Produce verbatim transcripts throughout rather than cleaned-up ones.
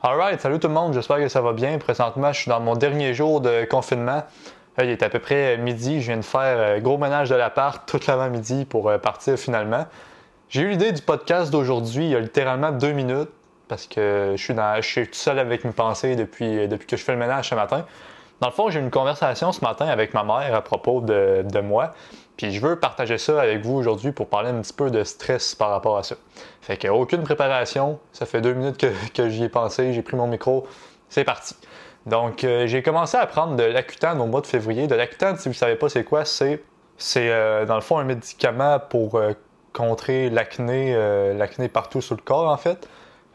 Alright, salut tout le monde, j'espère que ça va bien. Présentement, je suis dans mon dernier jour de confinement. Là, il est à peu près midi, je viens de faire gros ménage de l'appart tout l'avant-midi pour partir finalement. J'ai eu l'idée du podcast d'aujourd'hui il y a littéralement deux minutes parce que je suis, dans, je suis tout seul avec mes pensées depuis, depuis que je fais le ménage ce matin. Dans le fond, j'ai eu une conversation ce matin avec ma mère à propos de, de moi. Puis je veux partager ça avec vous aujourd'hui pour parler un petit peu de stress par rapport à ça. Fait que aucune préparation, ça fait deux minutes que, que j'y ai pensé, j'ai pris mon micro, c'est parti. Donc euh, j'ai commencé à prendre de l'Accutane au mois de février. De l'Accutane, si vous ne savez pas c'est quoi, c'est, c'est euh, dans le fond un médicament pour euh, contrer l'acné, euh, l'acné partout sur le corps en fait.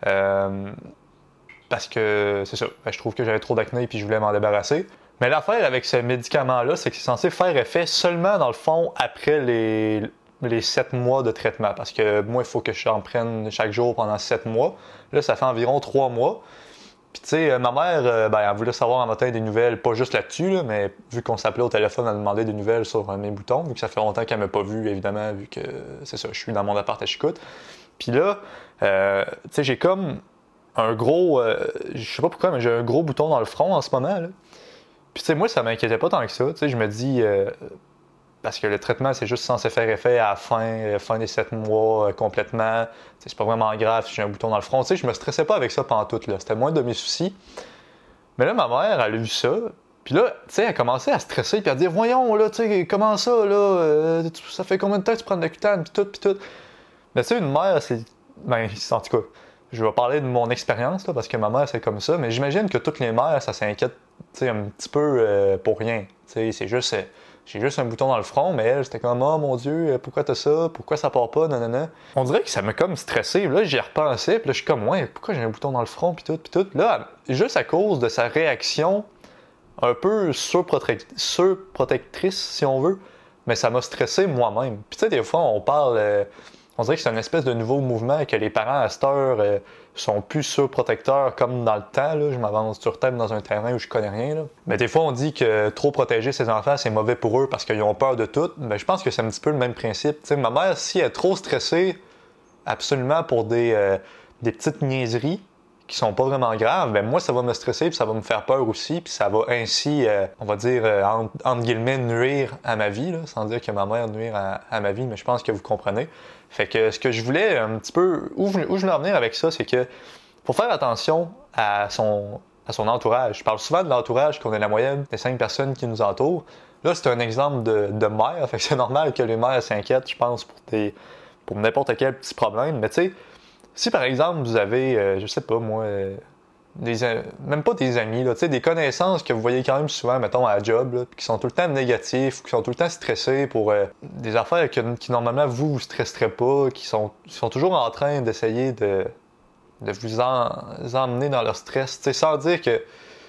Euh, parce que c'est ça, je trouve que j'avais trop d'acné et je voulais m'en débarrasser. Mais l'affaire avec ce médicament-là, c'est que c'est censé faire effet seulement, dans le fond, après les, les sept mois de traitement. Parce que moi, il faut que j'en prenne chaque jour pendant sept mois. Là, ça fait environ trois mois. Puis, tu sais, ma mère, ben, elle voulait savoir en matin des nouvelles, pas juste là-dessus, là, mais vu qu'on s'appelait au téléphone, elle demandait des nouvelles sur mes boutons, vu que ça fait longtemps qu'elle ne m'a pas vu, évidemment, vu que c'est ça, je suis dans mon appart à Chicoute. Puis là, euh, tu sais, j'ai comme un gros, euh, je sais pas pourquoi, mais j'ai un gros bouton dans le front en ce moment, là. Puis tu sais, moi, ça m'inquiétait pas tant que ça. Tu sais, je me dis, euh, parce que le traitement, c'est juste censé faire effet à la fin, euh, fin des sept mois euh, complètement. Tu sais, c'est pas vraiment grave si j'ai un bouton dans le front. Tu sais, je me stressais pas avec ça pantoute, là. C'était moins de mes soucis. Mais là, ma mère, elle a vu ça. Puis là, tu sais, elle a commencé à stresser puis à dire, voyons, là, tu sais, comment ça, là, euh, ça fait combien de temps que tu prends de l'Accutane, puis tout, puis tout. Mais tu sais, une mère, c'est. Ben, en tout cas, je vais parler de mon expérience, là, parce que ma mère, c'est comme ça. Mais j'imagine que toutes les mères, ça s'inquiète. Tu sais, un petit peu euh, pour rien. Tu sais, c'est juste, euh, j'ai juste un bouton dans le front, mais elle, c'était comme, oh mon Dieu, pourquoi t'as ça? Pourquoi ça part pas? Nanana. On dirait que ça m'a comme stressé. Là, j'y ai repensé, puis là, je suis comme, ouais, pourquoi j'ai un bouton dans le front, puis tout, puis tout. Là, juste à cause de sa réaction un peu surprotect... surprotectrice, si on veut, mais ça m'a stressé moi-même. Puis tu sais, des fois, on parle. Euh, On dirait que c'est une espèce de nouveau mouvement que les parents à cette heure euh, sont plus surprotecteurs comme dans le temps. Là. Je m'avance sur tête dans un terrain où je connais rien. Là. Mais des fois, on dit que trop protéger ses enfants, c'est mauvais pour eux parce qu'ils ont peur de tout. Mais je pense que c'est un petit peu le même principe. T'sais, ma mère, si elle est trop stressée absolument pour des, euh, des petites niaiseries qui sont pas vraiment graves, ben moi, ça va me stresser puis ça va me faire peur aussi. Puis ça va ainsi, euh, on va dire, euh, entre, entre guillemets, nuire à ma vie. Là, sans dire que ma mère nuire à, à ma vie, mais je pense que vous comprenez. Fait que ce que je voulais un petit peu, où je, où je voulais en venir avec ça, c'est que faut faire attention à son, à son entourage. Je parle souvent de l'entourage, qu'on est la moyenne des cinq personnes qui nous entourent. Là, c'est un exemple de, de mère, fait que c'est normal que les mères s'inquiètent, je pense, pour, des, pour n'importe quel petit problème. Mais tu sais, si par exemple vous avez, euh, je sais pas moi, euh, des, même pas des amis, là, des connaissances que vous voyez quand même souvent, mettons, à la job, là, qui sont tout le temps négatifs, qui sont tout le temps stressés pour euh, des affaires que, qui, normalement, vous, vous stresserez pas, qui sont, qui sont toujours en train d'essayer de, de vous, en, vous emmener dans leur stress. T'sais, sans dire que...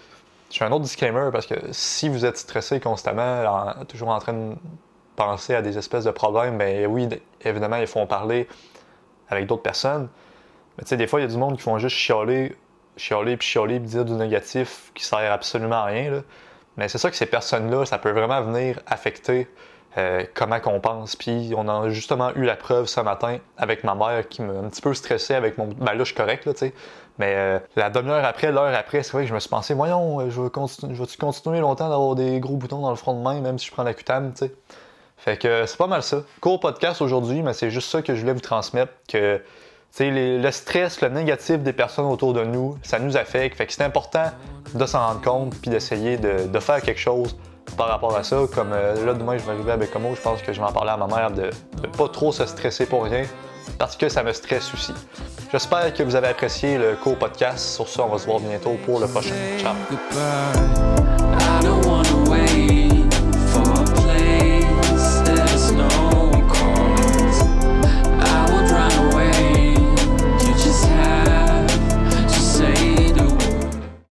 Je fais un autre disclaimer, parce que si vous êtes stressé constamment, en, toujours en train de penser à des espèces de problèmes, bien oui, évidemment, ils font parler avec d'autres personnes. Mais tu sais, des fois, il y a du monde qui font juste chialer chialer puis chialer puis dire du négatif qui sert absolument à rien. Là. Mais c'est ça que ces personnes-là, ça peut vraiment venir affecter euh, comment qu'on pense. Puis on a justement eu la preuve ce matin avec ma mère qui m'a un petit peu stressé avec mon... Ben là, je suis correct, là, tu sais. Mais euh, la demi-heure après, l'heure après, c'est vrai que je me suis pensé, voyons, je vais continu... je vais-tu continuer longtemps d'avoir des gros boutons dans le front de main, même si je prends l'Accutane, tu sais. Fait que c'est pas mal ça. Court podcast aujourd'hui, mais c'est juste ça que je voulais vous transmettre, que t'sais, les, le stress, le négatif des personnes autour de nous, ça nous affecte. Fait que c'est important de s'en rendre compte puis d'essayer de, de faire quelque chose par rapport à ça. Comme euh, là, demain, je vais arriver à Bécomo, je pense que je vais en parler à ma mère de ne pas trop se stresser pour rien parce que ça me stresse aussi. J'espère que vous avez apprécié le court podcast. Sur ça, on va se voir bientôt pour le prochain. Ciao!